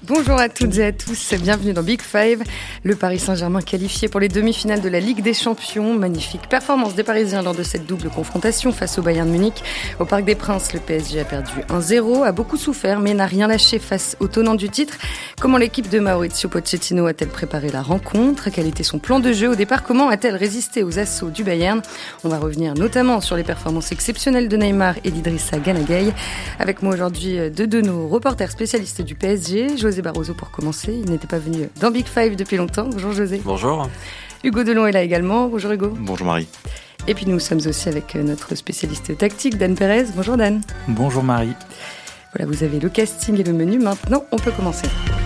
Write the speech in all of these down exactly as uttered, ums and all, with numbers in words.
Bonjour à toutes et à tous, bienvenue dans Big Five. Le Paris Saint-Germain qualifié pour les demi-finales de la Ligue des Champions. Magnifique performance des Parisiens lors de cette double confrontation face au Bayern Munich. Au Parc des Princes, le P S G a perdu un zéro, a beaucoup souffert mais n'a rien lâché face au tenant du titre. Comment l'équipe de Mauricio Pochettino a-t-elle préparé la rencontre ? Quel était son plan de jeu au départ ? Comment a-t-elle résisté aux assauts du Bayern ? On va revenir notamment sur les performances exceptionnelles de Neymar et d'Idrissa Gana Gueye. Avec moi aujourd'hui deux de nos reporters spécialistes du P S G, José Barroso pour commencer, il n'était pas venu dans Big Five depuis longtemps. Bonjour José. Bonjour. Hugo Delon est là également. Bonjour Hugo. Bonjour Marie. Et puis nous sommes aussi avec notre spécialiste tactique, Dan Pérez. Bonjour Dan. Bonjour Marie. Voilà, vous avez le casting et le menu. Maintenant, on peut commencer.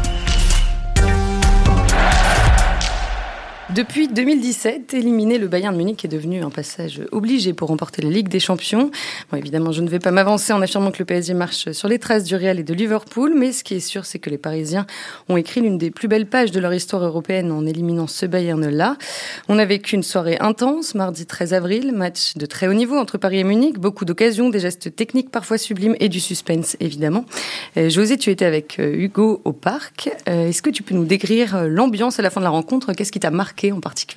Depuis deux mille dix-sept, éliminer le Bayern Munich est devenu un passage obligé pour remporter la Ligue des Champions. Bon, évidemment, je ne vais pas m'avancer en affirmant que le P S G marche sur les traces du Real et de Liverpool, mais ce qui est sûr, c'est que les Parisiens ont écrit l'une des plus belles pages de leur histoire européenne en éliminant ce Bayern-là. On a vécu une soirée intense, mardi treize avril, match de très haut niveau entre Paris et Munich, beaucoup d'occasions, des gestes techniques parfois sublimes et du suspense, évidemment. Euh, José, tu étais avec Hugo au parc. Euh, est-ce que tu peux nous décrire l'ambiance à la fin de la rencontre ? Qu'est-ce qui t'a marqué en particulier ?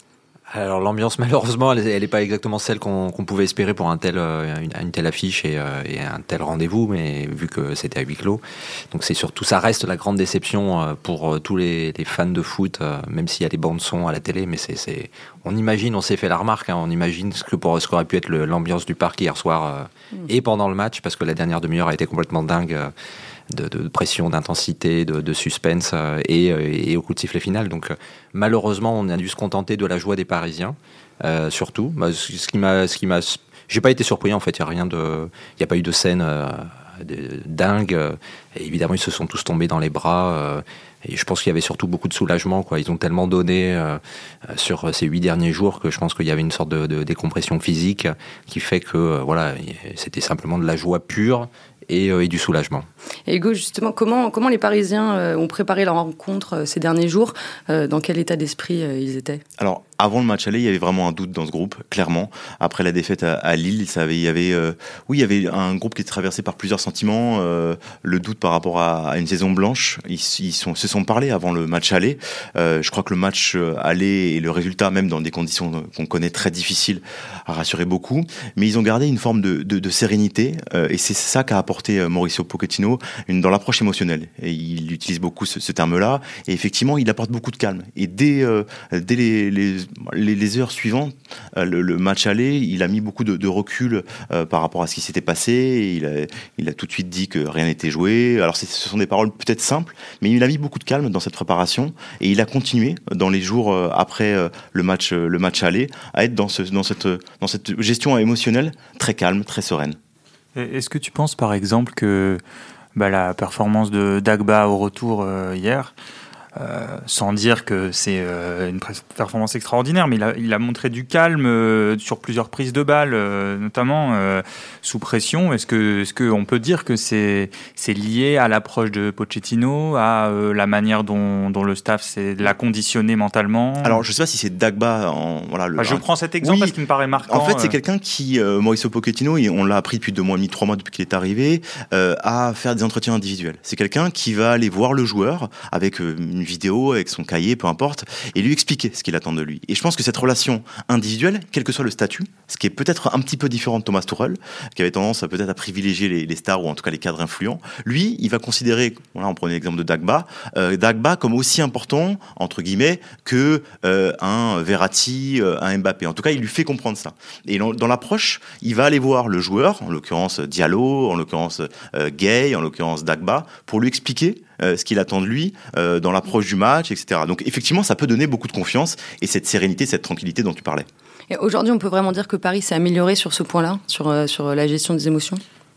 Alors l'ambiance, malheureusement, elle n'est pas exactement celle qu'on, qu'on pouvait espérer pour un tel, une, une telle affiche et, euh, et un tel rendez-vous, mais vu que c'était à huis clos. Donc c'est surtout, ça reste la grande déception pour tous les, les fans de foot, même s'il y a des bandes son à la télé, mais c'est, c'est, on imagine, on s'est fait la remarque, hein, on imagine ce que pour ce qu'aurait pu être le, l'ambiance du parc hier soir euh, mmh. et pendant le match, parce que la dernière demi-heure a été complètement dingue. Euh, De, de pression, d'intensité, de, de suspense euh, et, et au coup de sifflet final. Donc euh, malheureusement, on a dû se contenter de la joie des Parisiens, euh, surtout. Bah, ce, ce qui m'a, ce qui m'a, j'ai pas été surpris en fait. Il y a rien de, il y a pas eu de scène euh, de, dingue. Et évidemment, ils se sont tous tombés dans les bras. Euh, Et je pense qu'il y avait surtout beaucoup de soulagement, quoi. Ils ont tellement donné euh, sur ces huit derniers jours que je pense qu'il y avait une sorte de, de décompression physique qui fait que euh, voilà, c'était simplement de la joie pure et, euh, et du soulagement. Et Hugo, justement, comment, comment les Parisiens euh, ont préparé leur rencontre euh, ces derniers jours ? euh, Dans quel état d'esprit euh, ils étaient ? Alors, avant le match aller, il y avait vraiment un doute dans ce groupe, clairement. Après la défaite à, à Lille, il savait, il y avait, euh, oui, il y avait un groupe qui était traversé par plusieurs sentiments. Euh, le doute par rapport à, à une saison blanche. Ils, ils sont, se sont parlé avant le match aller. Euh, je crois que le match aller et le résultat, même dans des conditions qu'on connaît très difficiles, a rassuré beaucoup. Mais ils ont gardé une forme de, de, de sérénité. Euh, et c'est ça qu'a apporté Mauricio Pochettino une, dans l'approche émotionnelle. Et il utilise beaucoup ce, ce terme-là. Et effectivement, il apporte beaucoup de calme. Et dès, euh, dès les, les, les, les heures suivantes, euh, le, le match aller, il a mis beaucoup de, de recul euh, par rapport à ce qui s'était passé. Et il, a, il a tout de suite dit que rien n'était joué. Alors, c'est, ce sont des paroles peut-être simples, mais il a mis beaucoup de calme dans cette préparation. Et il a continué dans les jours euh, après euh, le match, euh, le match aller à être dans, ce, dans, cette, dans cette gestion émotionnelle très calme, très sereine. Est-ce que tu penses par exemple que bah, la performance de Dagba au retour euh, hier, euh, sans dire que c'est euh, une performance extraordinaire, mais il a, il a montré du calme euh, sur plusieurs prises de balles, euh, notamment euh, sous pression. Est-ce que, est-ce qu'on peut dire que c'est, c'est lié à l'approche de Pochettino, à euh, la manière dont, dont le staff c'est, l'a conditionné mentalement ? Alors, je ne sais pas si c'est Dagba. En, voilà, le, enfin, je un... prends cet exemple oui, parce qu'il me paraît marquant. En fait, c'est euh... quelqu'un qui, euh, Mauricio Pochettino, et on l'a appris depuis deux mois et demi, trois mois depuis qu'il est arrivé, euh, à faire des entretiens individuels. C'est quelqu'un qui va aller voir le joueur avec euh, une vidéo, avec son cahier, peu importe, et lui expliquer ce qu'il attend de lui. Et je pense que cette relation individuelle, quel que soit le statut, ce qui est peut-être un petit peu différent de Thomas Tuchel, qui avait tendance à peut-être à privilégier les, les stars ou en tout cas les cadres influents, lui, il va considérer, voilà, on prenait l'exemple de Dagba, euh, Dagba comme aussi important, entre guillemets, que euh, un Verratti, euh, un Mbappé. En tout cas, il lui fait comprendre ça. Et dans, dans l'approche, il va aller voir le joueur, en l'occurrence Diallo, en l'occurrence euh, Gueye, en l'occurrence Dagba, pour lui expliquer Euh, ce qu'il attend de lui euh, dans l'approche du match, et cetera. Donc effectivement, ça peut donner beaucoup de confiance et cette sérénité, cette tranquillité dont tu parlais. Et aujourd'hui, on peut vraiment dire que Paris s'est amélioré sur ce point-là, sur, euh, sur la gestion des émotions ?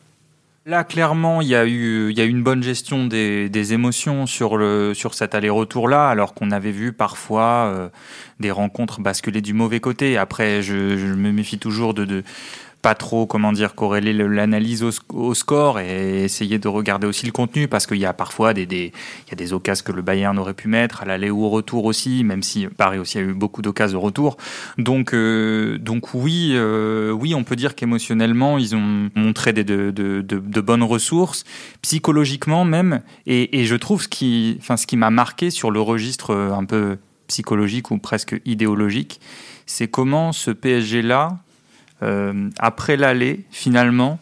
Là, clairement, il y a eu, il y a eu une bonne gestion des, des émotions sur, le, sur cet aller-retour-là, alors qu'on avait vu parfois euh, des rencontres basculer du mauvais côté. Après, je, je me méfie toujours de... de pas trop, comment dire, corréler l'analyse au, au score et essayer de regarder aussi le contenu, parce qu'il y a parfois des, des, il y a des occasions que le Bayern aurait pu mettre, à l'aller ou au retour aussi, même si Paris aussi a eu beaucoup d'occasions au retour. Donc, euh, donc oui, euh, oui, on peut dire qu'émotionnellement, ils ont montré des, de, de, de, de bonnes ressources, psychologiquement même, et, et je trouve ce qui, enfin, ce qui m'a marqué sur le registre un peu psychologique ou presque idéologique, c'est comment ce P S G-là, Euh, après l'aller, finalement,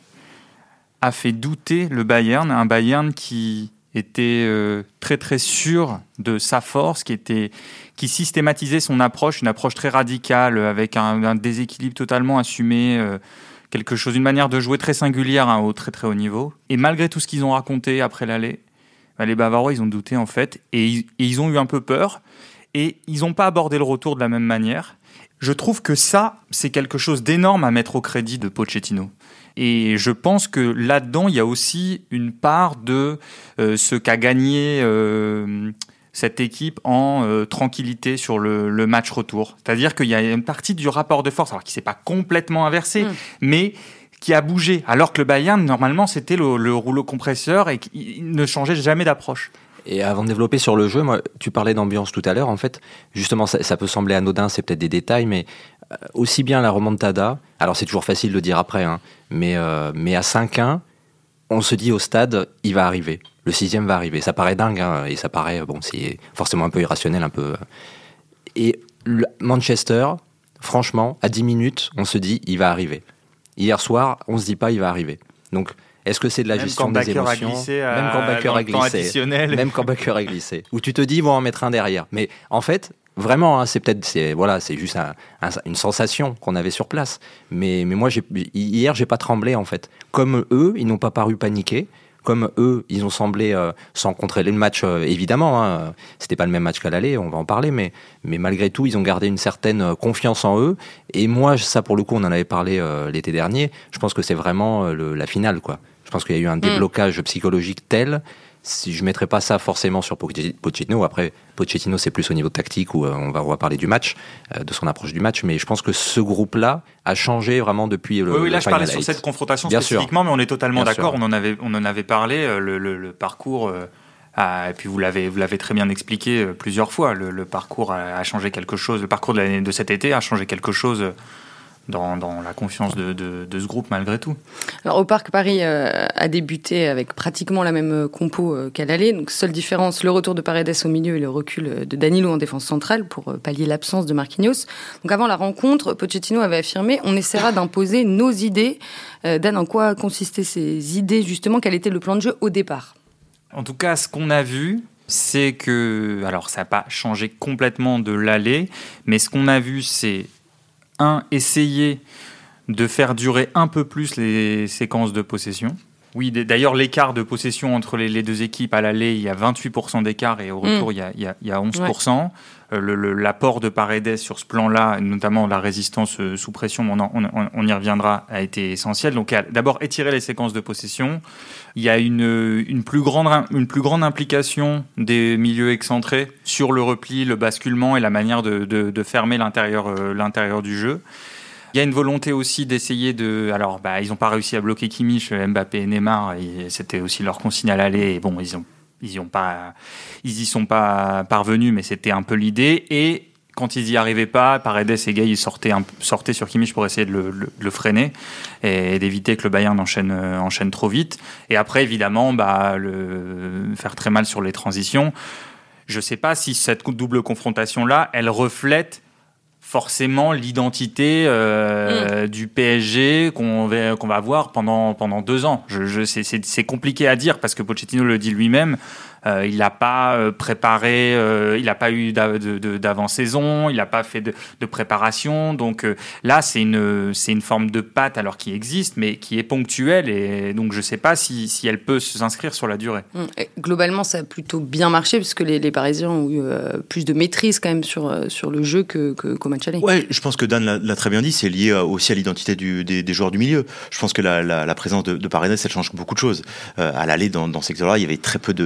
a fait douter le Bayern, un Bayern qui était euh, très très sûr de sa force, qui, était, qui systématisait son approche, une approche très radicale, avec un, un déséquilibre totalement assumé, euh, quelque chose, une manière de jouer très singulière hein, au très très haut niveau. Et malgré tout ce qu'ils ont raconté après l'aller, bah, les Bavarois, ils ont douté en fait, et ils, et ils ont eu un peu peur, et ils n'ont pas abordé le retour de la même manière. Je trouve que ça, c'est quelque chose d'énorme à mettre au crédit de Pochettino. Et je pense que là-dedans, il y a aussi une part de euh, ce qu'a gagné euh, cette équipe en euh, tranquillité sur le, le match retour. C'est-à-dire qu'il y a une partie du rapport de force, alors qui ne s'est pas complètement inversé, mmh. mais qui a bougé. Alors que le Bayern, normalement, c'était le, le rouleau compresseur et qu'il ne changeait jamais d'approche. Et avant de développer sur le jeu, moi, tu parlais d'ambiance tout à l'heure. En fait, justement, ça, ça peut sembler anodin, c'est peut-être des détails, mais aussi bien la remontada, alors c'est toujours facile de dire après, hein, mais, euh, mais à cinq un, on se dit au stade, il va arriver. Le sixième va arriver. Ça paraît dingue, hein, et ça paraît, bon, c'est forcément un peu irrationnel, un peu. Et le Manchester, franchement, à dix minutes, on se dit, il va arriver. Hier soir, on se dit pas, il va arriver. Donc, est-ce que c'est de la même gestion des émotions ? À Même quand Bakker a glissé. Même quand Bakker a glissé. Où tu te dis, ils vont en mettre un derrière. Mais en fait, vraiment, hein, c'est peut-être, c'est, voilà, c'est juste un, un, une sensation qu'on avait sur place. Mais, mais moi, j'ai, hier, j'ai pas tremblé, en fait. Comme eux, ils n'ont pas paru paniquer. Comme eux, ils ont semblé euh, sans contrôler le match, euh, évidemment. Hein, c'était pas le même match qu'à l'aller, on va en parler. Mais, mais malgré tout, ils ont gardé une certaine confiance en eux. Et moi, ça, pour le coup, on en avait parlé euh, l'été dernier. Je pense que c'est vraiment euh, le, la finale, quoi. Je pense qu'il y a eu un déblocage mmh. psychologique tel. Si je ne mettrais pas ça forcément sur Pochettino. Après, Pochettino, c'est plus au niveau tactique où euh, on, va, on va parler du match, euh, de son approche du match. Mais je pense que ce groupe-là a changé vraiment depuis le. Oui, oui là, le je parlais eight. sur cette confrontation Bien spécifiquement, sûr. mais on est totalement Bien d'accord. sûr. On en avait, on en avait parlé. Euh, le, le, le parcours. Euh, a, et puis vous l'avez, vous l'avez très bien expliqué euh, plusieurs fois. Le, le parcours a, a changé quelque chose. Le parcours de, l'année, de cet été a changé quelque chose. Euh, Dans, dans la confiance de, de, de ce groupe malgré tout. Alors au Parc Paris euh, a débuté avec pratiquement la même compo euh, qu'à l'aller. Donc seule différence, le retour de Paredes au milieu et le recul de Danilo en défense centrale pour euh, pallier l'absence de Marquinhos. Donc avant la rencontre, Pochettino avait affirmé « On essaiera d'imposer nos idées ». Euh, Dan, en quoi consistaient ces idées justement ? Quel était le plan de jeu au départ ? En tout cas, ce qu'on a vu, c'est que... Alors ça n'a pas changé complètement de l'aller, mais ce qu'on a vu, c'est un, essayer de faire durer un peu plus les séquences de possession. Oui, d'ailleurs, l'écart de possession entre les, les deux équipes, à l'aller, il y a vingt-huit pour cent d'écart et au retour, mmh. il, y a, il, y a, il y a onze pour cent. Ouais. Le, le, l'apport de Paredes sur ce plan-là, notamment la résistance sous pression, on, en, on, on y reviendra, a été essentiel. Donc, d'abord, étirer les séquences de possession. Il y a une, une, plus grande, une plus grande implication des milieux excentrés sur le repli, le basculement et la manière de, de, de fermer l'intérieur, euh, l'intérieur du jeu. Il y a une volonté aussi d'essayer de... Alors, bah, ils n'ont pas réussi à bloquer Kimmich, Mbappé et Neymar, et c'était aussi leur consigne à l'aller. Et bon, ils ont, ils ont pas, ils y sont pas parvenus, mais c'était un peu l'idée. Et quand ils y arrivaient pas, Paredes et Gay, ils sortaient, un, sortaient sur Kimmich pour essayer de le, le, le freiner et d'éviter que le Bayern enchaîne, enchaîne trop vite. Et après, évidemment, bah, le, faire très mal sur les transitions. Je sais pas si cette double confrontation-là, elle reflète forcément l'identité euh, mmh. du P S G qu'on va, qu'on va avoir pendant, pendant deux ans. Je, je, c'est, c'est, c'est compliqué à dire parce que Pochettino le dit lui-même. Euh, il n'a pas euh, préparé, euh, il n'a pas eu d'a, de, de, d'avant-saison, il n'a pas fait de, de préparation. Donc euh, là, c'est une, c'est une forme de patte alors qui existe, mais qui est ponctuelle. Et donc, je ne sais pas si, si elle peut s'inscrire sur la durée. Et globalement, ça a plutôt bien marché puisque les, les Parisiens ont eu euh, plus de maîtrise quand même sur, sur le jeu que, que, qu'au match aller. Ouais, je pense que Dan l'a, l'a très bien dit, c'est lié aussi à l'identité du, des, des joueurs du milieu. Je pense que la, la, la présence de, de Paredes, elle change beaucoup de choses. Euh, à l'aller, dans, dans ces secteurs-là, il y avait très peu de, de, de joueurs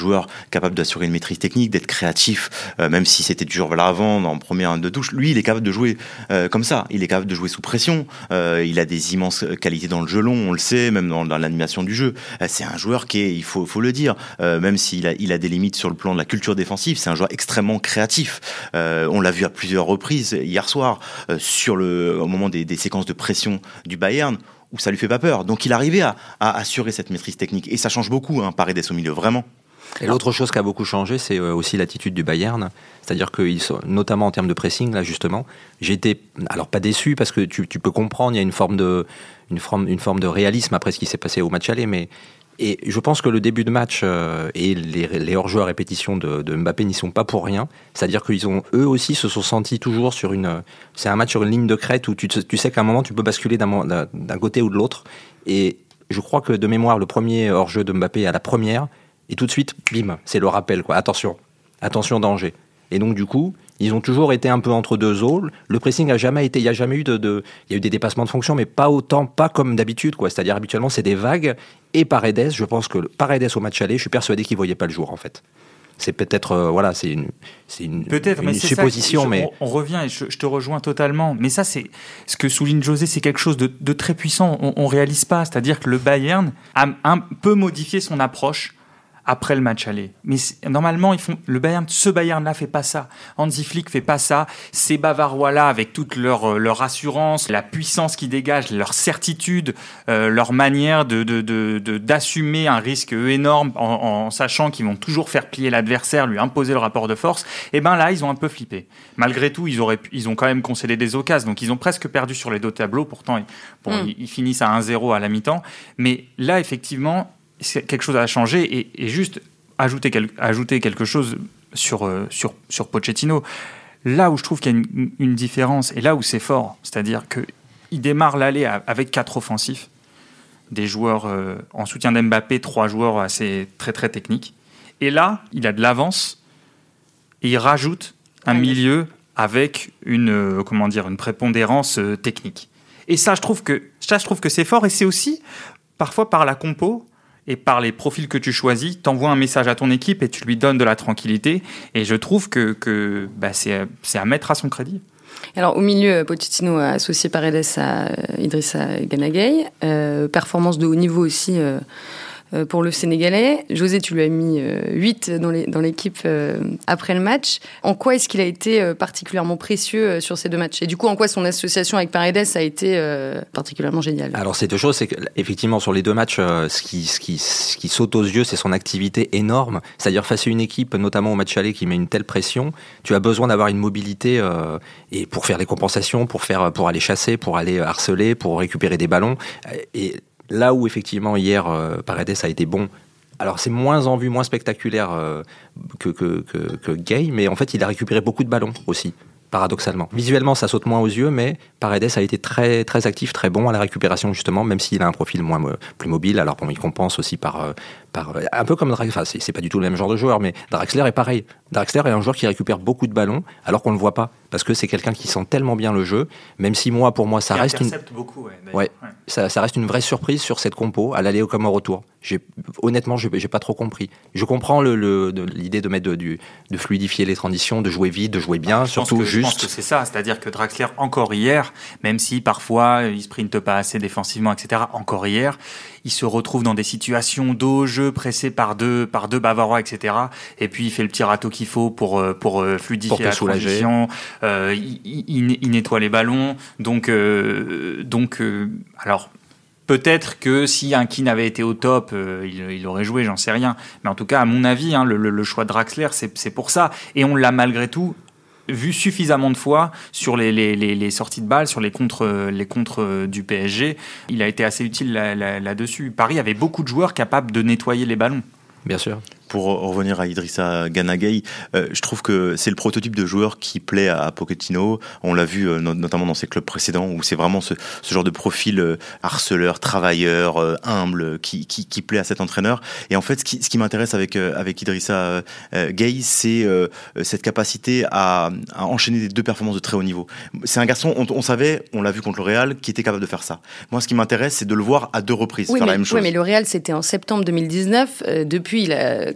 joueur capable d'assurer une maîtrise technique, d'être créatif, euh, même si c'était dur vers l'avant, en première de touche. Lui, il est capable de jouer euh, comme ça. Il est capable de jouer sous pression. Euh, il a des immenses qualités dans le jeu long, on le sait, même dans, dans l'animation du jeu. Euh, c'est un joueur qui est, il faut, faut le dire, euh, même s'il a, il a des limites sur le plan de la culture défensive, c'est un joueur extrêmement créatif. Euh, on l'a vu à plusieurs reprises hier soir, euh, sur le, au moment des, des séquences de pression du Bayern, où ça lui fait pas peur. Donc il arrivait à, à assurer cette maîtrise technique. Et ça change beaucoup, hein, Paredes au milieu, vraiment. Et l'autre chose qui a beaucoup changé, c'est aussi l'attitude du Bayern. C'est-à-dire que, notamment en termes de pressing, là justement, j'ai été, alors pas déçu, parce que tu, tu peux comprendre, il y a une forme, de, une, forme, une forme de réalisme après ce qui s'est passé au match aller, mais et je pense que le début de match euh, et les, les hors-jeux à répétition de, de Mbappé n'y sont pas pour rien. C'est-à-dire qu'ils ont, eux aussi, se sont sentis toujours sur une... C'est un match sur une ligne de crête où tu, tu sais qu'à un moment, tu peux basculer d'un, d'un, d'un côté ou de l'autre. Et je crois que, de mémoire, le premier hors-jeu de Mbappé à la première, et tout de suite, bim, c'est le rappel, quoi. Attention, attention, danger. Et donc, du coup, ils ont toujours été un peu entre deux eaux. Le pressing a jamais été, il y a jamais eu de, de, il y a eu des dépassements de fonction, mais pas autant, pas comme d'habitude, quoi. C'est-à-dire, habituellement, c'est des vagues. Et Paredes, je pense que Paredes au match aller, je suis persuadé qu'il voyait pas le jour, en fait. C'est peut-être, euh, voilà, c'est une, c'est une, peut-être, une mais c'est supposition, ça, je, mais on, on revient et je, je te rejoins totalement. Mais ça, c'est ce que souligne José, c'est quelque chose de, de très puissant. On, on réalise pas, c'est-à-dire que le Bayern a un peu modifié son approche après le match aller. Mais normalement, ils font, le Bayern, ce Bayern-là fait pas ça. Hansi Flick fait pas ça. Ces Bavarois-là, avec toute leur, leur assurance, la puissance qu'ils dégagent, leur certitude, euh, leur manière de, de, de, de, d'assumer un risque énorme en, en sachant qu'ils vont toujours faire plier l'adversaire, lui imposer le rapport de force, et ben là, ils ont un peu flippé. Malgré tout, ils, auraient, ils ont quand même concédé des occasions, donc ils ont presque perdu sur les deux tableaux. Pourtant, ils, bon, mm. ils, ils finissent à un zéro à la mi-temps. Mais là, effectivement, quelque chose a changé et, et juste ajouter, quel, ajouter quelque chose sur, euh, sur, sur Pochettino. Là où je trouve qu'il y a une, une différence et là où c'est fort, c'est-à-dire qu'il démarre l'aller avec quatre offensifs, des joueurs euh, en soutien d'Mbappé, trois joueurs assez très très techniques. Et là, il a de l'avance et il rajoute un milieu avec une, euh, comment dire, une prépondérance euh, technique. Et ça, je trouve que, ça, je trouve que c'est fort et c'est aussi parfois par la compo et par les profils que tu choisis, t'envoies un message à ton équipe et tu lui donnes de la tranquillité. Et je trouve que, que bah, c'est, c'est à mettre à son crédit. Alors, au milieu, Pochettino a associé Paredes à Idrissa Gana Gueye. Euh, performance de haut niveau aussi euh, euh, pour le Sénégalais. José, tu lui as mis euh, huit dans, les, dans l'équipe euh, après le match. En quoi est-ce qu'il a été euh, particulièrement précieux euh, sur ces deux matchs ? Et du coup, en quoi son association avec Paredes a été euh, particulièrement géniale ? Alors, c'est deux choses. C'est qu'effectivement, sur les deux matchs, euh, ce, qui, ce, qui, ce qui saute aux yeux, c'est son activité énorme. C'est-à-dire, face à une équipe, notamment au match aller, qui met une telle pression, tu as besoin d'avoir une mobilité euh, et pour faire les compensations, pour, faire, pour aller chasser, pour aller harceler, pour récupérer des ballons. Et là où, effectivement, hier, euh, Paredes a été bon, alors c'est moins en vue, moins spectaculaire euh, que, que, que, que Gueye, mais en fait, il a récupéré beaucoup de ballons aussi, paradoxalement. Visuellement, ça saute moins aux yeux, mais Paredes a été très, très actif, très bon à la récupération, justement, même s'il a un profil moins, plus mobile. Alors bon, il compense aussi par... par un peu comme Draxler, enfin, c'est, c'est pas du tout le même genre de joueur, mais Draxler est pareil. Draxler est un joueur qui récupère beaucoup de ballons, alors qu'on ne le voit pas, parce que c'est quelqu'un qui sent tellement bien le jeu, même si moi, pour moi, ça il reste une... beaucoup, ouais, ouais, ouais. Ça, ça reste une vraie surprise sur cette compo, à l'aller comme au retour. J'ai, honnêtement, j'ai, j'ai pas trop compris. Je comprends le, le, de, l'idée de mettre de, de, de fluidifier les transitions, de jouer vite, de jouer bien, je surtout que, juste. Je pense que c'est ça, c'est-à-dire que Draxler, encore hier, même si parfois il sprinte pas assez défensivement, et cetera, encore hier, il se retrouve dans des situations d'eau, jeu, pressé par deux, par deux Bavarois, et cetera. Et puis il fait le petit râteau qu'il faut pour, pour fluidifier pour la transition. Euh, il, il, il nettoie les ballons. Donc, euh, donc euh, alors. Peut-être que si un Keane avait été au top, euh, il, il aurait joué, j'en sais rien. Mais en tout cas, à mon avis, hein, le, le, le choix de Draxler, c'est, c'est pour ça. Et on l'a malgré tout vu suffisamment de fois sur les, les, les, les sorties de balles, sur les contres, les contres du P S G. Il a été assez utile là, là, là-dessus. Paris avait beaucoup de joueurs capables de nettoyer les ballons. Bien sûr. Pour revenir à Idrissa Gana Gueye, euh, je trouve que c'est le prototype de joueur qui plaît à Pochettino. On l'a vu euh, notamment dans ses clubs précédents où c'est vraiment ce, ce genre de profil euh, harceleur, travailleur, euh, humble qui, qui, qui plaît à cet entraîneur. Et en fait, ce qui, ce qui m'intéresse avec, euh, avec Idrissa euh, Gueye, c'est euh, cette capacité à, à enchaîner les deux performances de très haut niveau. C'est un garçon, on, on savait, on l'a vu contre le Real, qui était capable de faire ça. Moi, ce qui m'intéresse, c'est de le voir à deux reprises oui, faire mais, la même chose. Oui, mais le Real, c'était en septembre deux mille dix-neuf. Euh, depuis, il a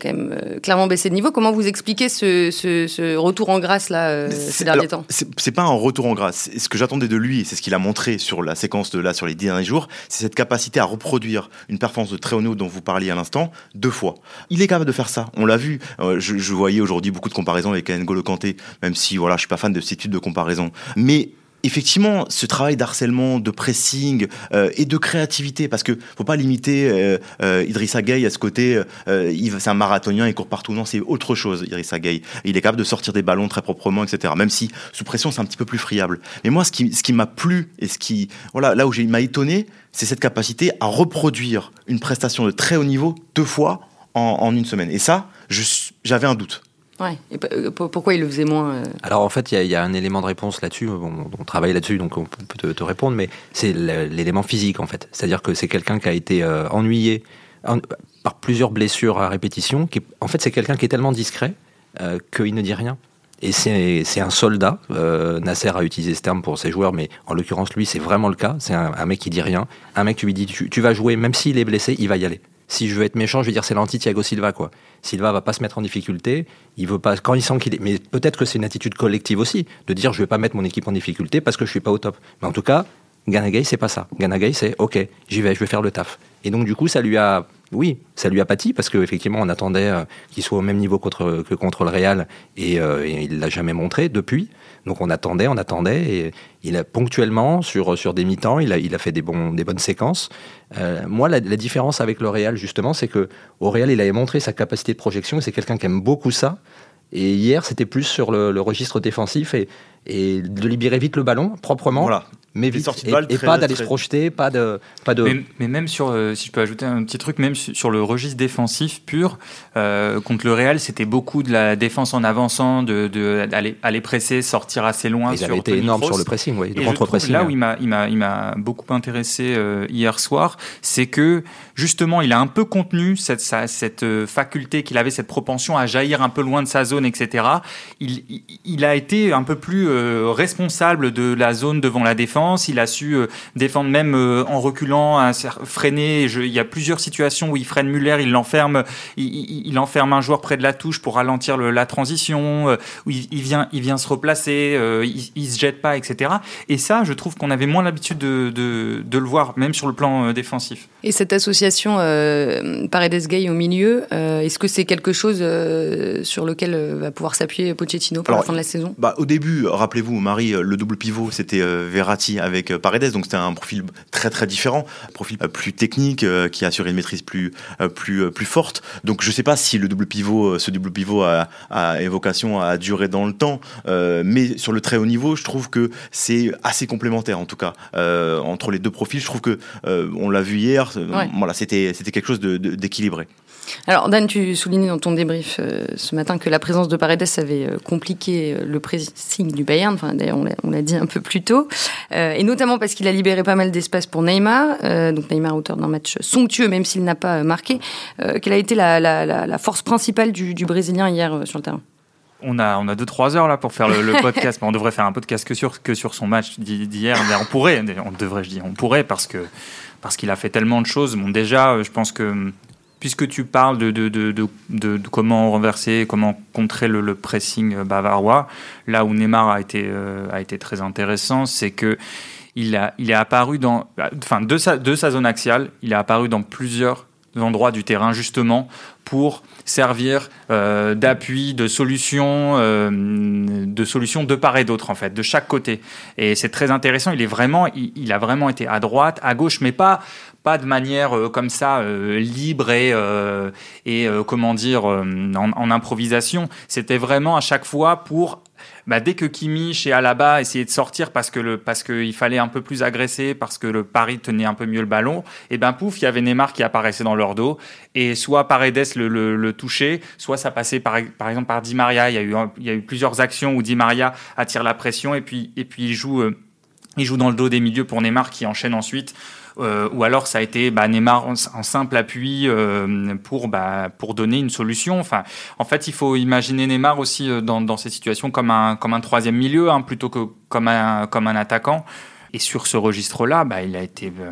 quand même euh, clairement baissé de niveau. Comment vous expliquez ce, ce, ce retour en grâce là euh, ces derniers alors, temps? c'est, c'est pas un retour en grâce. Ce que j'attendais de lui, et c'est ce qu'il a montré sur la séquence de là sur les dix derniers jours, c'est cette capacité à reproduire une performance de très haut niveau dont vous parliez à l'instant deux fois. Il est capable de faire ça. On l'a vu. Euh, je, je voyais aujourd'hui beaucoup de comparaisons avec N'Golo Kanté, même si voilà, je suis pas fan de cette type de comparaison. Mais effectivement, ce travail d'harcèlement, de pressing euh, et de créativité, parce que faut pas limiter euh, euh, Idrissa Gueye à ce côté, euh, il, c'est un marathonien, il court partout. Non, c'est autre chose, Idrissa Gueye. Il est capable de sortir des ballons très proprement, et cetera. Même si sous pression, c'est un petit peu plus friable. Mais moi, ce qui, ce qui m'a plu et ce qui, voilà, là où j'ai, il m'a étonné, c'est cette capacité à reproduire une prestation de très haut niveau deux fois en, en une semaine. Et ça, je, j'avais un doute. Ouais. Et p- pourquoi il le faisait moins euh... Alors en fait, il y, y a un élément de réponse là-dessus. On, on travaille là-dessus, donc on peut te, te répondre. Mais c'est l'élément physique en fait. C'est-à-dire que c'est quelqu'un qui a été euh, ennuyé en, par plusieurs blessures à répétition. Qui, en fait, c'est quelqu'un qui est tellement discret euh, qu'il ne dit rien. Et c'est, c'est un soldat. Euh, Nasser a utilisé ce terme pour ses joueurs, mais en l'occurrence, lui, c'est vraiment le cas. C'est un, un mec qui dit rien. Un mec, tu lui dis, tu, tu vas jouer, même s'il est blessé, il va y aller. Si je veux être méchant, je vais dire c'est l'anti-Thiago Silva, quoi. Silva va pas se mettre en difficulté, il veut pas, quand il sent qu'il est, mais peut-être que c'est une attitude collective aussi, de dire je vais pas mettre mon équipe en difficulté parce que je suis pas au top. Mais en tout cas, Gana Gueye, c'est pas ça. Gana Gueye, c'est ok, j'y vais, je vais faire le taf. Et donc du coup, ça lui a, oui, ça lui a pâti parce qu'effectivement, on attendait euh, qu'il soit au même niveau contre, que contre le Real et, euh, et il l'a jamais montré depuis. Donc on attendait, on attendait, et il a ponctuellement sur sur des mi-temps, il a il a fait des bons des bonnes séquences. Euh, moi, la, la différence avec le Real justement, c'est que au Real, il avait montré sa capacité de projection. Et c'est quelqu'un qui aime beaucoup ça. Et hier, c'était plus sur le, le registre défensif et et de libérer vite le ballon proprement. Voilà. Mais vite, et, et très, pas d'aller très... se projeter, pas de, pas de. Mais, mais même sur, euh, si je peux ajouter un petit truc, même sur le registre défensif pur, euh, contre le Real, c'était beaucoup de la défense en avançant, de, de d'aller aller presser, sortir assez loin. Ils sur avaient été énormes sur le pressing, oui, de contre-pressing. Là où il m'a, il m'a, il m'a beaucoup intéressé euh, hier soir, c'est que justement, il a un peu contenu cette, sa, cette euh, faculté qu'il avait, cette propension à jaillir un peu loin de sa zone, et cetera. Il, il, il a été un peu plus euh, responsable de la zone devant la défense. Il a su euh, défendre même euh, en reculant, à freiner. Je, il y a plusieurs situations où il freine Müller, il l'enferme, il, il, il enferme un joueur près de la touche pour ralentir le, la transition. Euh, où il, il vient, il vient se replacer, euh, il, il se jette pas, et cetera. Et ça, je trouve qu'on avait moins l'habitude de, de, de le voir, même sur le plan euh, défensif. Et cette association euh, Paredes-Gueye au milieu, euh, est-ce que c'est quelque chose euh, sur lequel euh, va pouvoir s'appuyer Pochettino pour Alors, la fin de la saison? Bah, au début, rappelez-vous, Marie, le double pivot, c'était euh, Verratti avec Paredes, donc c'était un profil très très différent, un profil plus technique euh, qui assurait une maîtrise plus euh, plus euh, plus forte. Donc je sais pas si le double pivot, ce double pivot a, a vocation à durer dans le temps, euh, mais sur le très haut niveau, je trouve que c'est assez complémentaire en tout cas euh, entre les deux profils. Je trouve que euh, on l'a vu hier, ouais. Voilà, c'était c'était quelque chose de, de, d'équilibré. Alors Dan, tu soulignais dans ton débrief euh, ce matin que la présence de Paredes avait euh, compliqué euh, le pressing du Bayern, enfin, d'ailleurs on l'a, on l'a dit un peu plus tôt, euh, et notamment parce qu'il a libéré pas mal d'espace pour Neymar, euh, donc Neymar auteur d'un match somptueux même s'il n'a pas euh, marqué. Euh, quelle a été la, la, la, la force principale du, du Brésilien hier euh, sur le terrain? On a, on a deux trois heures là pour faire le, le podcast, mais on devrait faire un podcast que sur, que sur son match d'hier. Mais on pourrait, on devrait, je dis, on pourrait parce que parce qu'il a fait tellement de choses. Bon, déjà, je pense que puisque tu parles de, de, de, de, de, de comment renverser, comment contrer le, le pressing bavarois, là où Neymar a été, euh, a été très intéressant, c'est que il, a, il est apparu dans, enfin, de sa, de sa zone axiale, il est apparu dans plusieurs endroits du terrain, justement, pour servir euh, d'appui, de solution, euh, de solution de part et d'autre, en fait, de chaque côté. Et c'est très intéressant. Il est vraiment, il, il a vraiment été à droite, à gauche, mais pas pas de manière euh, comme ça euh, libre et euh, et euh, comment dire euh, en, en improvisation. C'était vraiment à chaque fois pour bah, dès que Kimmich et Alaba essayaient de sortir parce que le parce que il fallait un peu plus agresser, parce que le Paris tenait un peu mieux le ballon, et ben pouf, il y avait Neymar qui apparaissait dans leur dos, et soit Paredes le, le, le touchait, soit ça passait par par exemple par Di Maria. Il y a eu il y a eu plusieurs actions où Di Maria attire la pression et puis et puis il joue euh, il joue dans le dos des milieux pour Neymar qui enchaîne ensuite. Euh, ou alors ça a été bah, Neymar en, en simple appui euh, pour bah, pour donner une solution. Enfin, en fait, il faut imaginer Neymar aussi euh, dans dans ces situations comme un comme un troisième milieu, hein, plutôt que comme un comme un attaquant. Et sur ce registre-là, bah, il a été euh,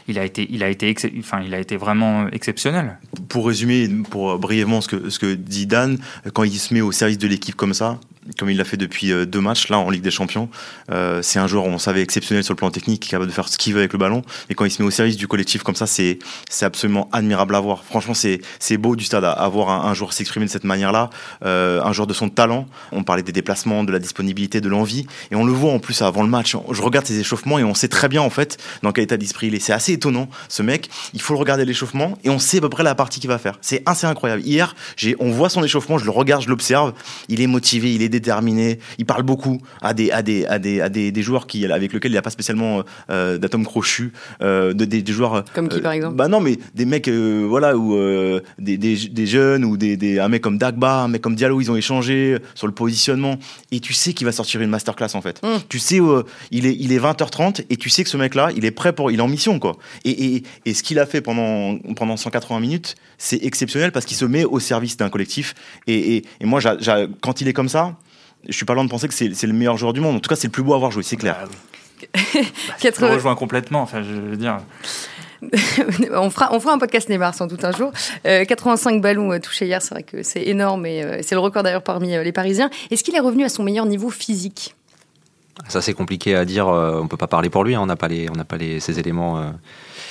il a été, il a été, ex- enfin, il a été vraiment exceptionnel. Pour résumer, pour brièvement ce que, ce que dit Dan, quand il se met au service de l'équipe comme ça, comme il l'a fait depuis deux matchs là en Ligue des Champions, euh, c'est un joueur, on savait, exceptionnel sur le plan technique, capable de faire ce qu'il veut avec le ballon, et quand il se met au service du collectif comme ça, c'est, c'est absolument admirable à voir. Franchement, c'est, c'est beau du stade à, à voir un, un joueur s'exprimer de cette manière-là, euh, un joueur de son talent. On parlait des déplacements, de la disponibilité, de l'envie, et on le voit en plus avant le match. Je regarde ses échauffements et on sait très bien en fait dans quel état d'esprit il est. C'est assez étonnant, ce mec. Il faut le regarder l'échauffement et on sait à peu près la partie qu'il va faire. C'est assez incroyable. Hier, j'ai, on voit son échauffement, je le regarde, je l'observe. Il est motivé, il est déterminé. Il parle beaucoup à des à des à des à des, des joueurs qui avec lesquels il n'a pas spécialement euh, d'atomes crochus, euh, de, des, des joueurs. Comme qui euh, par exemple? Bah non, mais des mecs, euh, voilà, ou euh, des, des des jeunes ou des, des un mec comme Dagba, un mec comme Diallo, ils ont échangé sur le positionnement. Et tu sais qu'il va sortir une masterclass en fait. Mm. Tu sais, euh, il est il est vingt heures trente et tu sais que ce mec-là, il est prêt pour, il est en mission quoi. Et et et ce qu'il a fait pendant pendant cent quatre-vingts minutes, c'est exceptionnel parce qu'il se met au service d'un collectif. Et et, et moi, j'a, j'a, quand il est comme ça. Je suis pas loin de penser que c'est, c'est le meilleur joueur du monde. En tout cas, c'est le plus beau à avoir joué, c'est clair. Bah, bah, je rejoins complètement. Enfin, je veux dire. on, fera, on fera un podcast Neymar sans doute un jour. Euh, quatre-vingt-cinq ballons euh, touchés hier, c'est vrai que c'est énorme et euh, c'est le record d'ailleurs parmi euh, les Parisiens. Est-ce qu'il est revenu à son meilleur niveau physique? Ça, c'est compliqué à dire. On ne peut pas parler pour lui. Hein. On n'a pas, les, on n'a pas les, ces éléments, euh,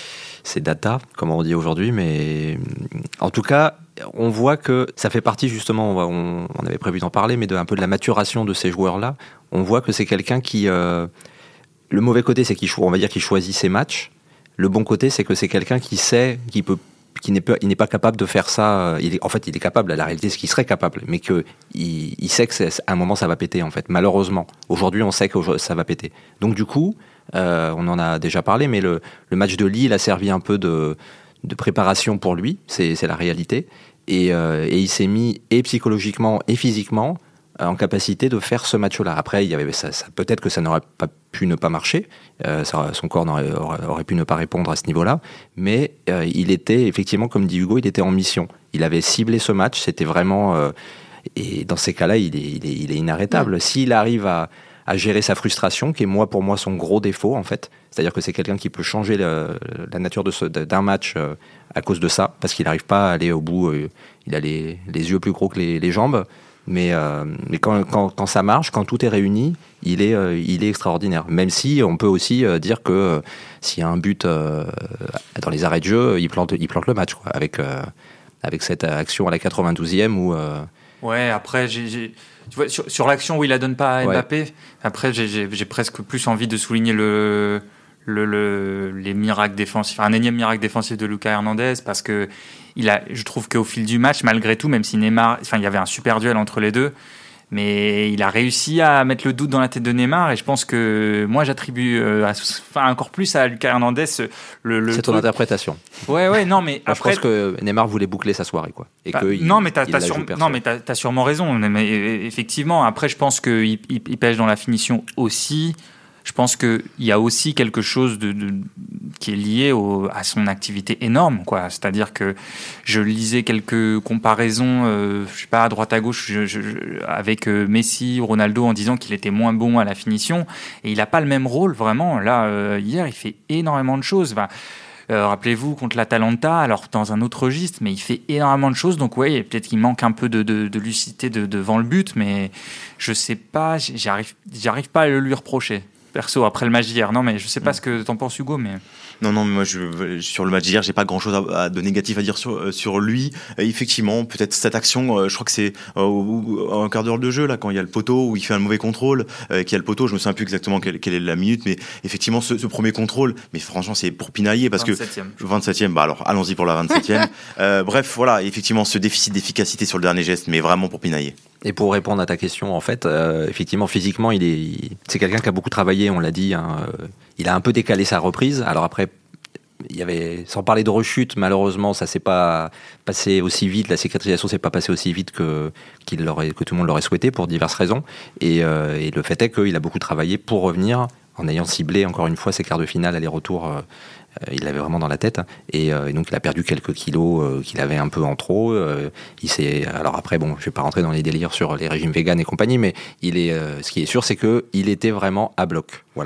ces data, comme on dit aujourd'hui. Mais en tout cas, on voit que ça fait partie justement, on, on avait prévu d'en parler, mais de, un peu de la maturation de ces joueurs-là. On voit que c'est quelqu'un qui... Euh, le mauvais côté, c'est qu'il, on va dire qu'il choisit ses matchs. Le bon côté, c'est que c'est quelqu'un qui sait, qui peut, qui n'est pas, il n'est pas capable de faire ça. Il est, en fait, il est capable. La réalité, c'est qu'il serait capable, mais que il, il sait que c'est, à un moment, ça va péter. En fait, malheureusement, aujourd'hui, on sait que ça va péter. Donc, du coup, euh, on en a déjà parlé, mais le, le match de Lille a servi un peu de de préparation pour lui, c'est, c'est la réalité, et, euh, et il s'est mis et psychologiquement et physiquement en capacité de faire ce match-là. Après, il y avait ça, ça, peut-être que ça n'aurait pas pu ne pas marcher, euh, ça, son corps aurait, aurait pu ne pas répondre à ce niveau-là, mais euh, il était effectivement, comme dit Hugo, il était en mission. Il avait ciblé ce match, c'était vraiment... Euh, et dans ces cas-là, il est, il est, il est inarrêtable. Ouais. S'il arrive à, à gérer sa frustration, qui est moi, pour moi son gros défaut en fait, c'est-à-dire que c'est quelqu'un qui peut changer le, la nature de ce, d'un match euh, à cause de ça, parce qu'il n'arrive pas à aller au bout, euh, il a les, les yeux plus gros que les, les jambes, mais, euh, mais quand, quand, quand ça marche, quand tout est réuni, il est, euh, il est extraordinaire. Même si on peut aussi euh, dire que euh, s'il y a un but euh, dans les arrêts de jeu, il plante, il plante le match, quoi, avec, euh, avec cette action à la quatre-vingt-douzième où... Euh, ouais, après, j'ai... j'ai... Tu vois, sur, sur l'action où il la donne pas à Mbappé, ouais. Après j'ai, j'ai, j'ai presque plus envie de souligner le, le, le, les miracles défensifs, un énième miracle défensif de Lucas Hernandez, parce que il a, je trouve qu'au fil du match, malgré tout, même si Neymar, enfin il y avait un super duel entre les deux, mais il a réussi à mettre le doute dans la tête de Neymar, et je pense que moi j'attribue euh, à, enfin, encore plus à Lucas Hernandez le, le c'est ton truc. Interprétation. Ouais ouais non mais moi, après je pense que Neymar voulait boucler sa soirée quoi. Et bah, que il, non mais t'as, il t'as, sur, non, mais t'as, t'as sûrement raison. Mais effectivement après je pense que il, il, il pêche dans la finition aussi. Je pense qu'il y a aussi quelque chose de, de, qui est lié au, à son activité énorme, quoi. C'est-à-dire que je lisais quelques comparaisons, euh, je sais pas, à droite à gauche, je, je, avec euh, Messi ou Ronaldo en disant qu'il était moins bon à la finition. Et il n'a pas le même rôle, vraiment. Là, euh, hier, il fait énormément de choses. Enfin, euh, rappelez-vous, contre l'Atalanta, alors dans un autre registre, mais il fait énormément de choses. Donc, ouais, peut-être qu'il manque un peu de, de, de lucidité de, devant le but, mais je sais pas, j'arrive, j'arrive pas à le lui reprocher. Perso, après le match d'hier. Non, mais je sais pas ce que t'en penses, Hugo, mais... Non, non, mais moi, je, sur le match d'hier, j'ai pas grand-chose à, à, de négatif à dire sur, sur lui. Euh, effectivement, peut-être cette action, euh, je crois que c'est euh, au, un quart d'heure de jeu, là, quand il y a le poteau, où il fait un mauvais contrôle, euh, qu'il y a le poteau, je me souviens plus exactement quelle, quelle est la minute, mais effectivement, ce, ce premier contrôle, mais franchement, c'est pour pinailler, parce vingt-septième. que... vingt-septième, bah alors, allons-y pour la vingt-septième. euh, bref, voilà, effectivement, ce déficit d'efficacité sur le dernier geste, mais vraiment pour pinailler. Et pour répondre à ta question, en fait, euh, effectivement, physiquement, il est, il, c'est quelqu'un qui a beaucoup travaillé, on l'a dit. Hein, euh, il a un peu décalé sa reprise. Alors après, il y avait, sans parler de rechute, malheureusement, ça s'est pas passé aussi vite. La cicatrisation s'est pas passée aussi vite que qu'il l'aurait, que tout le monde l'aurait souhaité pour diverses raisons. Et, euh, et le fait est qu'il a beaucoup travaillé pour revenir, en ayant ciblé encore une fois ses quarts de finale, aller-retour. Euh, il l'avait vraiment dans la tête, et, euh, et donc il a perdu quelques kilos euh, qu'il avait un peu en trop. Euh, il s'est, alors après, bon, je vais pas rentrer dans les délires sur les régimes véganes et compagnie, mais il est, euh, ce qui est sûr, c'est que il était vraiment à bloc. Voilà.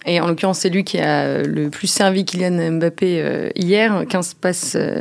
Et en l'occurrence, c'est lui qui a le plus servi Kylian Mbappé euh, hier, quinze passes euh,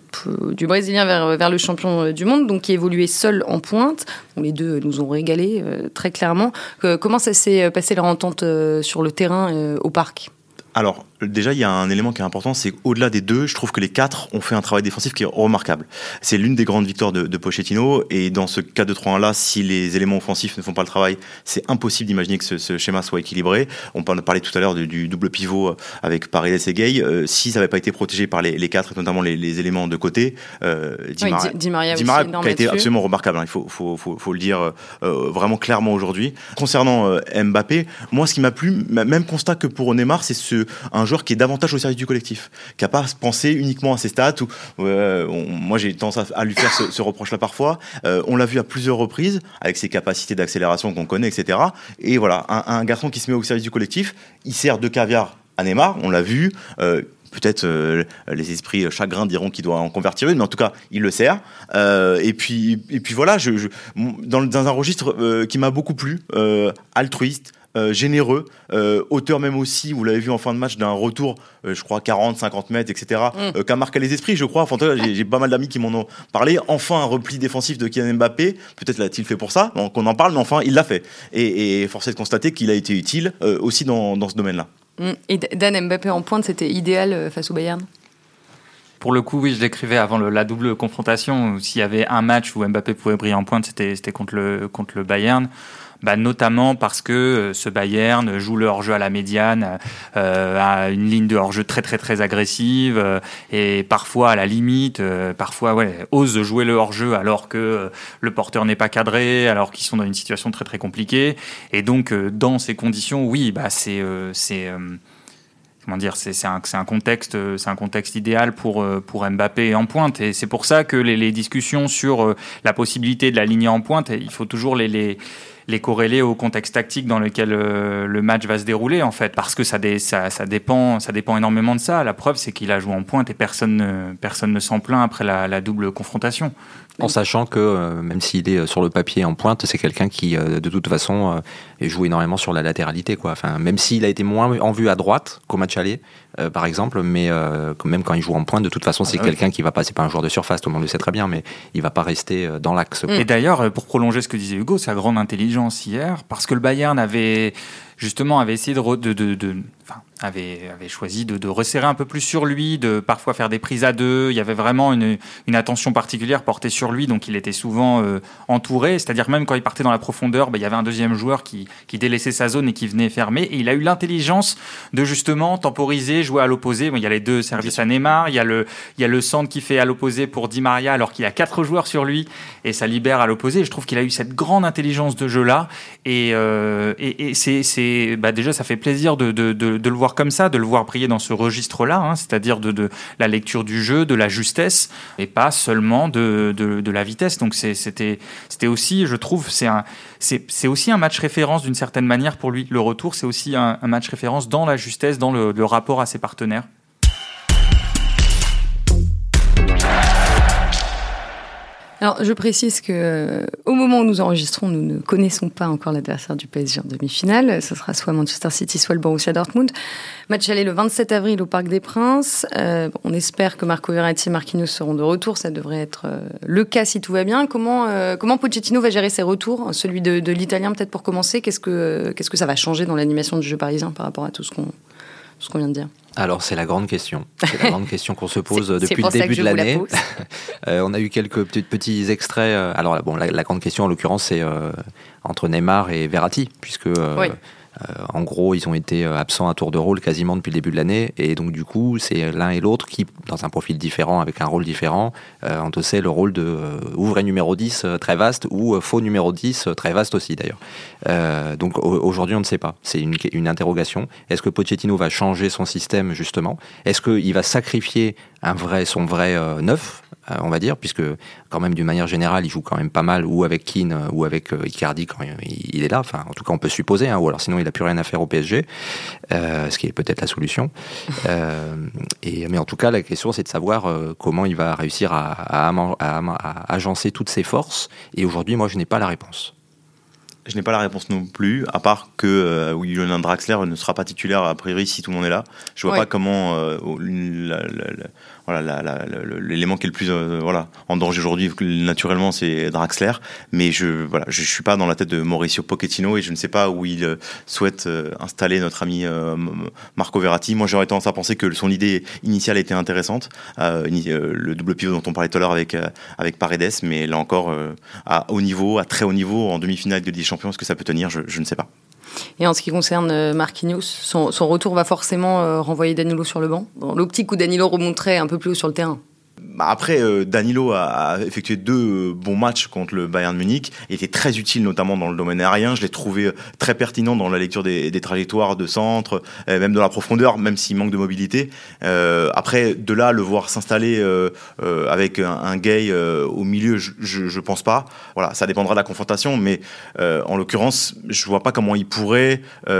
du Brésilien vers, vers le champion du monde, donc qui évoluait seul en pointe. Bon, les deux nous ont régalé euh, très clairement. Que, comment ça s'est passé leur entente euh, sur le terrain euh, au Parc ? Alors, déjà, il y a un élément qui est important, c'est qu'au-delà des deux, je trouve que les quatre ont fait un travail défensif qui est remarquable. C'est l'une des grandes victoires de, de Pochettino, et dans ce quatre deux trois un là, si les éléments offensifs ne font pas le travail, c'est impossible d'imaginer que ce, ce schéma soit équilibré. On parlait tout à l'heure du, du double pivot avec Paredes et Gueye. Euh, si ça n'avait pas été protégé par les, les quatre, et notamment les, les éléments de côté, euh, Di Maria, oui, Di Maria, Di Maria qui a été absolument remarquable, hein, il faut, faut, faut, faut le dire euh, vraiment clairement aujourd'hui. Concernant euh, Mbappé, moi, ce qui m'a plu, même constat que pour Neymar, c'est ce, un joueur qui est davantage au service du collectif, qui n'a pas pensé uniquement à ses stats. Où, euh, on, moi, j'ai tendance à, à lui faire ce, ce reproche-là parfois. Euh, on l'a vu à plusieurs reprises, avec ses capacités d'accélération qu'on connaît, et cetera. Et voilà, un, un garçon qui se met au service du collectif, il sert de caviar à Neymar, on l'a vu. Euh, Peut-être euh, les esprits chagrins diront qu'il doit en convertir une, mais en tout cas, il le sert. Euh, et, puis, et puis voilà, je, je, dans, dans un registre euh, qui m'a beaucoup plu, euh, altruiste, Euh, généreux, euh, auteur même aussi, vous l'avez vu en fin de match, d'un retour, euh, je crois, quarante, cinquante mètres, et cetera, mm. euh, qui a marqué les esprits, je crois. Enfin, en tout cas, j'ai, j'ai pas mal d'amis qui m'en ont parlé. Enfin, un repli défensif de Kylian Mbappé, peut-être l'a-t-il fait pour ça, donc on en parle, mais enfin, il l'a fait. Et, et force est de constater qu'il a été utile euh, aussi dans, dans ce domaine-là. Mm. Et Dan Mbappé en pointe, c'était idéal face au Bayern ? Pour le coup, oui, je l'écrivais avant le, la double confrontation. S'il y avait un match où Mbappé pouvait briller en pointe, c'était, c'était contre le, contre le Bayern. Bah, notamment parce que ce Bayern joue le hors-jeu à la médiane, euh, a une ligne de hors-jeu très très très agressive euh, et parfois à la limite, euh, parfois ouais, ose jouer le hors-jeu alors que euh, le porteur n'est pas cadré, alors qu'ils sont dans une situation très très compliquée. Et donc euh, dans ces conditions, oui, bah c'est euh, c'est euh, comment dire, c'est, c'est, un, c'est un contexte, c'est un contexte idéal pour pour Mbappé en pointe. Et c'est pour ça que les, les discussions sur la possibilité de l'aligner en pointe, il faut toujours les les les corréler au contexte tactique dans lequel euh, le match va se dérouler, en fait, parce que ça, dé, ça, ça, dépend, ça dépend énormément de ça. La preuve, c'est qu'il a joué en pointe et personne ne, personne ne s'en plaint après la, la double confrontation. En sachant que, euh, même s'il est sur le papier en pointe, c'est quelqu'un qui, euh, de toute façon, euh, joue énormément sur la latéralité, quoi. Enfin, même s'il a été moins en vue à droite qu'au match aller, euh, par exemple, mais euh, même quand il joue en pointe, de toute façon, c'est ah, quelqu'un oui. qui va pas, c'est pas un joueur de surface, tout le monde le sait très bien, mais il va pas rester dans l'axe. Et d'ailleurs, pour prolonger ce que disait Hugo, sa grande intelligence hier, parce que le Bayern avait justement avait essayé de, re, de, de, de enfin, avait, avait choisi de, de resserrer un peu plus sur lui, de parfois faire des prises à deux. Il y avait vraiment une, une attention particulière portée sur lui, donc il était souvent euh, entouré. C'est-à-dire même quand il partait dans la profondeur, bah, il y avait un deuxième joueur qui, qui délaissait sa zone et qui venait fermer. Et il a eu l'intelligence de justement temporiser, jouer à l'opposé. Bon, il y a les deux services à Neymar, il y a le, il y a le centre qui fait à l'opposé pour Di Maria alors qu'il y a quatre joueurs sur lui et ça libère à l'opposé. Et je trouve qu'il a eu cette grande intelligence de jeu-là. Et, euh, et, et c'est, c'est, bah, déjà, ça fait plaisir de, de, de, de le voir comme ça, de le voir briller dans ce registre-là, hein, c'est-à-dire de, de la lecture du jeu, de la justesse, et pas seulement de, de, de la vitesse. Donc c'est, c'était, c'était aussi, je trouve, c'est, un, c'est, c'est aussi un match référence d'une certaine manière pour lui. Le retour, c'est aussi un, un match référence dans la justesse, dans le, le rapport à ses partenaires. Alors, je précise que euh, au moment où nous enregistrons, nous ne connaissons pas encore l'adversaire du P S G en demi-finale. Ce sera soit Manchester City, soit le Borussia Dortmund. Match aller le vingt-sept avril au Parc des Princes. Euh, on espère que Marco Verratti et Marquinhos seront de retour. Ça devrait être euh, le cas si tout va bien. Comment euh, comment Pochettino va gérer ses retours ? Celui de, de l'Italien, peut-être pour commencer. Qu'est-ce que euh, qu'est-ce que ça va changer dans l'animation du jeu parisien par rapport à tout ce qu'on ce qu'on vient de dire ? Alors, c'est la grande question. C'est la grande question qu'on se pose c'est, depuis c'est le début de l'année. euh, on a eu quelques petits, petits extraits. Alors, bon, la, la grande question, en l'occurrence, c'est euh, entre Neymar et Verratti, puisque... Euh, oui. Euh, en gros, ils ont été absents à tour de rôle quasiment depuis le début de l'année, et donc du coup, c'est l'un et l'autre qui, dans un profil différent, avec un rôle différent, euh, endossaient le rôle de euh, ouvrier numéro dix euh, très vaste ou euh, faux numéro dix euh, très vaste aussi d'ailleurs. Euh, donc aujourd'hui, on ne sait pas. C'est une, une interrogation. Est-ce que Pochettino va changer son système justement ? Est-ce qu'il va sacrifier un vrai, son vrai euh, neuf, euh, on va dire, puisque quand même d'une manière générale, il joue quand même pas mal, ou avec Keane, euh, ou avec euh, Icardi quand il, il est là. Enfin, en tout cas, on peut supposer, hein, ou alors sinon il n'a plus rien à faire au P S G, euh, ce qui est peut-être la solution. Euh, et, mais en tout cas, la question, c'est de savoir euh, comment il va réussir à, à, à, à, à agencer toutes ses forces. Et aujourd'hui, moi, je n'ai pas la réponse. Je n'ai pas la réponse non plus, à part que euh, oui, Julian Draxler ne sera pas titulaire a priori si tout le monde est là. Je vois ouais. pas comment euh, la, la, la, voilà, la, la, la, l'élément qui est le plus euh, voilà, en danger aujourd'hui, naturellement, c'est Draxler. Mais je voilà, je suis pas dans la tête de Mauricio Pochettino et je ne sais pas où il euh, souhaite euh, installer notre ami euh, Marco Verratti. Moi, j'aurais tendance à penser que son idée initiale était intéressante, euh, le double pivot dont on parlait tout à l'heure avec euh, avec Paredes, mais là encore euh, à haut niveau, à très haut niveau, en demi-finale de Ligue des Champions, est-ce que ça peut tenir ? je, je ne sais pas. Et en ce qui concerne Marquinhos, son, son retour va forcément euh, renvoyer Danilo sur le banc, dans l'optique où Danilo remonterait un peu plus haut sur le terrain. Après, euh, Danilo a, a effectué deux euh, bons matchs contre le Bayern Munich. Il était très utile, notamment dans le domaine aérien. Je l'ai trouvé très pertinent dans la lecture des, des trajectoires de centre, euh, même dans la profondeur, même s'il manque de mobilité. Euh, après, de là, le voir s'installer euh, euh, avec un, un Gay euh, au milieu, je, je, je pense pas. Voilà, ça dépendra de la confrontation, mais euh, en l'occurrence, je vois pas comment il pourrait,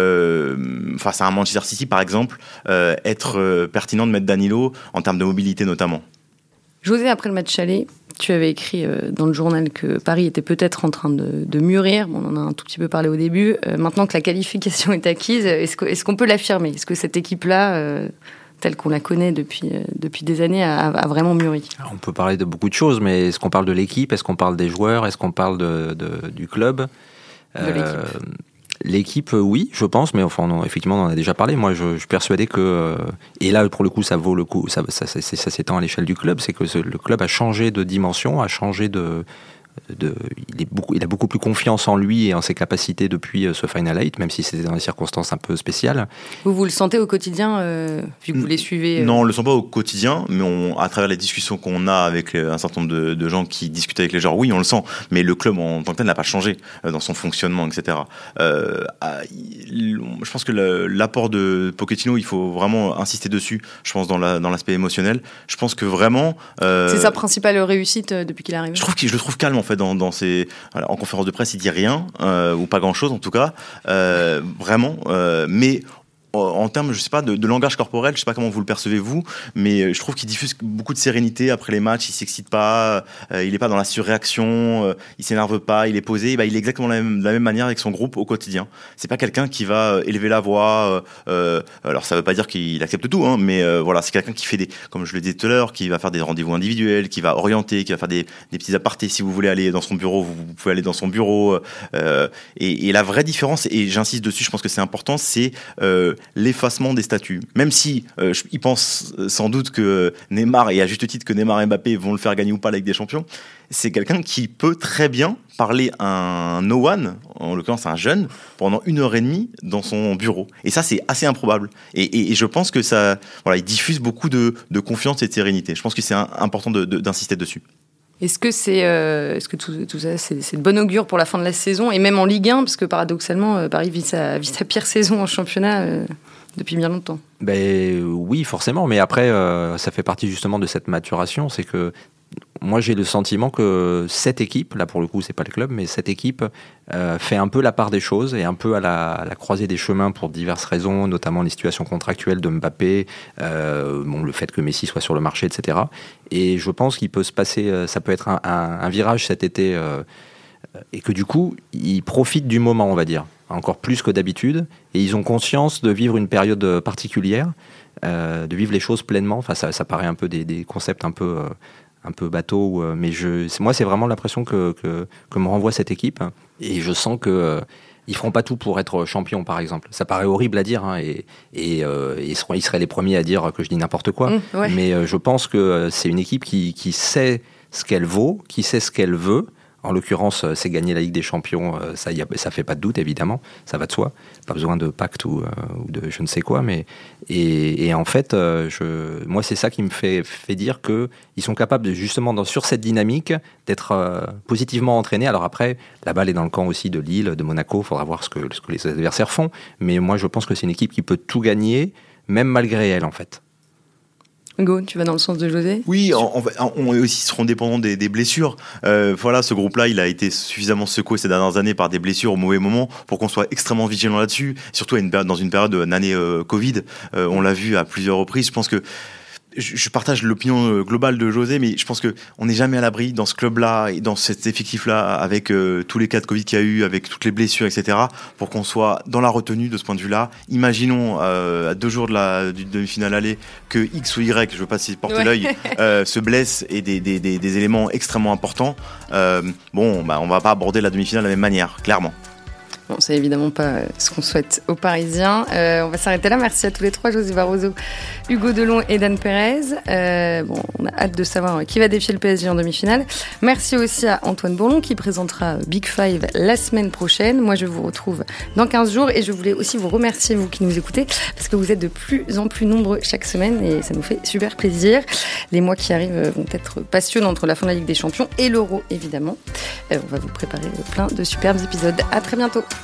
euh, face à un Manchester City par exemple, euh, être euh, pertinent de mettre Danilo en termes de mobilité notamment. José, après le match aller, tu avais écrit euh, dans le journal que Paris était peut-être en train de, de mûrir. Bon, on en a un tout petit peu parlé au début. Euh, maintenant que la qualification est acquise, est-ce, que, est-ce qu'on peut l'affirmer ? Est-ce que cette équipe-là, euh, telle qu'on la connaît depuis, euh, depuis des années, a, a vraiment mûri ? On peut parler de beaucoup de choses, mais est-ce qu'on parle de l'équipe ? Est-ce qu'on parle des joueurs ? Est-ce qu'on parle de, de, du club ? De euh, l'équipe. L'équipe, oui, je pense, mais enfin, on, effectivement, on en a déjà parlé. Moi, je, je suis persuadé que, euh, et là, pour le coup, ça vaut le coup, ça, ça, ça, ça, ça s'étend à l'échelle du club, c'est que ce, le club a changé de dimension, a changé de, de il, est beaucoup, il a beaucoup plus confiance en lui et en ses capacités depuis ce Final Eight, même si c'était dans des circonstances un peu spéciales. Vous, vous le sentez au quotidien, euh, vu que vous les suivez euh... Non, on le sent pas au quotidien, mais on, à travers les discussions qu'on a avec un certain nombre de, de gens qui discutent avec les joueurs, oui, on le sent, mais le club en tant que tel n'a pas changé dans son fonctionnement, et cetera. Euh, je pense que le, l'apport de Pochettino, il faut vraiment insister dessus, je pense, dans, la, dans l'aspect émotionnel. Je pense que vraiment... Euh, c'est sa principale réussite depuis qu'il est arrivé. Je trouve qu'il, je le trouve calme, en fait, dans, dans ses, voilà, en conférence de presse, il dit rien, euh, ou pas grand-chose, en tout cas, euh, vraiment, euh, mais... En termes, je sais pas, de, de langage corporel, je sais pas comment vous le percevez vous, mais je trouve qu'il diffuse beaucoup de sérénité après les matchs. Il s'excite pas, euh, il est pas dans la surréaction, euh, il s'énerve pas, il est posé. Bah, il est exactement de la même, de la même manière avec son groupe au quotidien. C'est pas quelqu'un qui va élever la voix. Euh, alors ça veut pas dire qu'il accepte tout, hein, mais euh, voilà, c'est quelqu'un qui fait des, comme je le disais tout à l'heure, qui va faire des rendez-vous individuels, qui va orienter, qui va faire des, des petits apartés. Si vous voulez aller dans son bureau, vous, vous pouvez aller dans son bureau. Euh, et, et la vraie différence, et j'insiste dessus, je pense que c'est important, c'est euh, l'effacement des statuts. Même si euh, il pense sans doute que Neymar, et à juste titre que Neymar et Mbappé vont le faire gagner ou pas la Ligue des Champions, c'est quelqu'un qui peut très bien parler à un no one, en l'occurrence un jeune, pendant une heure et demie dans son bureau. Et ça, c'est assez improbable. Et, et, et je pense que ça, voilà, il diffuse beaucoup de, de confiance et de sérénité. Je pense que c'est un, important de, de, d'insister dessus. Est-ce que, c'est, euh, est-ce que tout, tout ça, c'est, c'est de bon augure pour la fin de la saison, et même en Ligue un, parce que paradoxalement, euh, Paris vit sa, vit sa pire saison en championnat euh, depuis bien longtemps. Ben, oui, forcément, mais après, euh, ça fait partie justement de cette maturation, c'est que moi j'ai le sentiment que cette équipe, là pour le coup c'est pas le club, mais cette équipe euh, fait un peu la part des choses et un peu à la, à la croisée des chemins pour diverses raisons, notamment les situations contractuelles de Mbappé, euh, bon, le fait que Messi soit sur le marché, et cetera. Et je pense qu'il peut se passer, ça peut être un, un, un virage cet été, euh, et que du coup ils profitent du moment, on va dire, encore plus que d'habitude, et ils ont conscience de vivre une période particulière, euh, de vivre les choses pleinement. Enfin ça, ça paraît un peu des, des concepts un peu... Euh, un peu bateau, mais je, moi c'est vraiment l'impression que, que, que me renvoie cette équipe, et je sens que euh, ils feront pas tout pour être champions par exemple. Ça paraît horrible à dire, hein, et, et euh, ils, seront, ils seraient les premiers à dire que je dis n'importe quoi, mmh, ouais. mais euh, je pense que c'est une équipe qui, qui sait ce qu'elle vaut, qui sait ce qu'elle veut. En l'occurrence, c'est gagner la Ligue des Champions, ça y a, ça fait pas de doute évidemment, ça va de soi, pas besoin de pacte ou, ou de je ne sais quoi, mais et, et en fait, je, moi c'est ça qui me fait, fait dire que ils sont capables de, justement dans, sur cette dynamique d'être euh, positivement entraînés. Alors après, la balle est dans le camp aussi de Lille, de Monaco, il faudra voir ce que, ce que les adversaires font, mais moi je pense que c'est une équipe qui peut tout gagner, même malgré elle en fait. Hugo, tu vas dans le sens de José ? Oui, on, on, on aussi seront dépendants des, des blessures. Euh, voilà, ce groupe-là, il a été suffisamment secoué ces dernières années par des blessures au mauvais moment pour qu'on soit extrêmement vigilant là-dessus. Surtout à une, dans une période, une année euh, Covid, euh, on l'a vu à plusieurs reprises. Je pense que je, je partage l'opinion globale de José, mais je pense qu'on n'est jamais à l'abri dans ce club-là et dans cet effectif-là, avec euh, tous les cas de Covid qu'il y a eu, avec toutes les blessures, et cetera, pour qu'on soit dans la retenue de ce point de vue-là. Imaginons euh, à deux jours de la du demi-finale aller que X ou Y, je ne veux pas s'y porter ouais. l'œil, euh, se blesse et des, des, des, des éléments extrêmement importants. Euh, bon, bah, on ne va pas aborder la demi-finale de la même manière, clairement. Bon, c'est évidemment pas ce qu'on souhaite aux Parisiens. Euh, on va s'arrêter là. Merci à tous les trois, José Barroso, Hugo Delon et Dan Pérez. Euh, bon, on a hâte de savoir qui va défier le P S G en demi-finale. Merci aussi à Antoine Bourlon qui présentera Big Five la semaine prochaine. Moi, je vous retrouve dans quinze jours et je voulais aussi vous remercier, vous qui nous écoutez, parce que vous êtes de plus en plus nombreux chaque semaine et ça nous fait super plaisir. Les mois qui arrivent vont être passionnants entre la fin de la Ligue des Champions et l'Euro, évidemment. Euh, on va vous préparer plein de superbes épisodes. À très bientôt.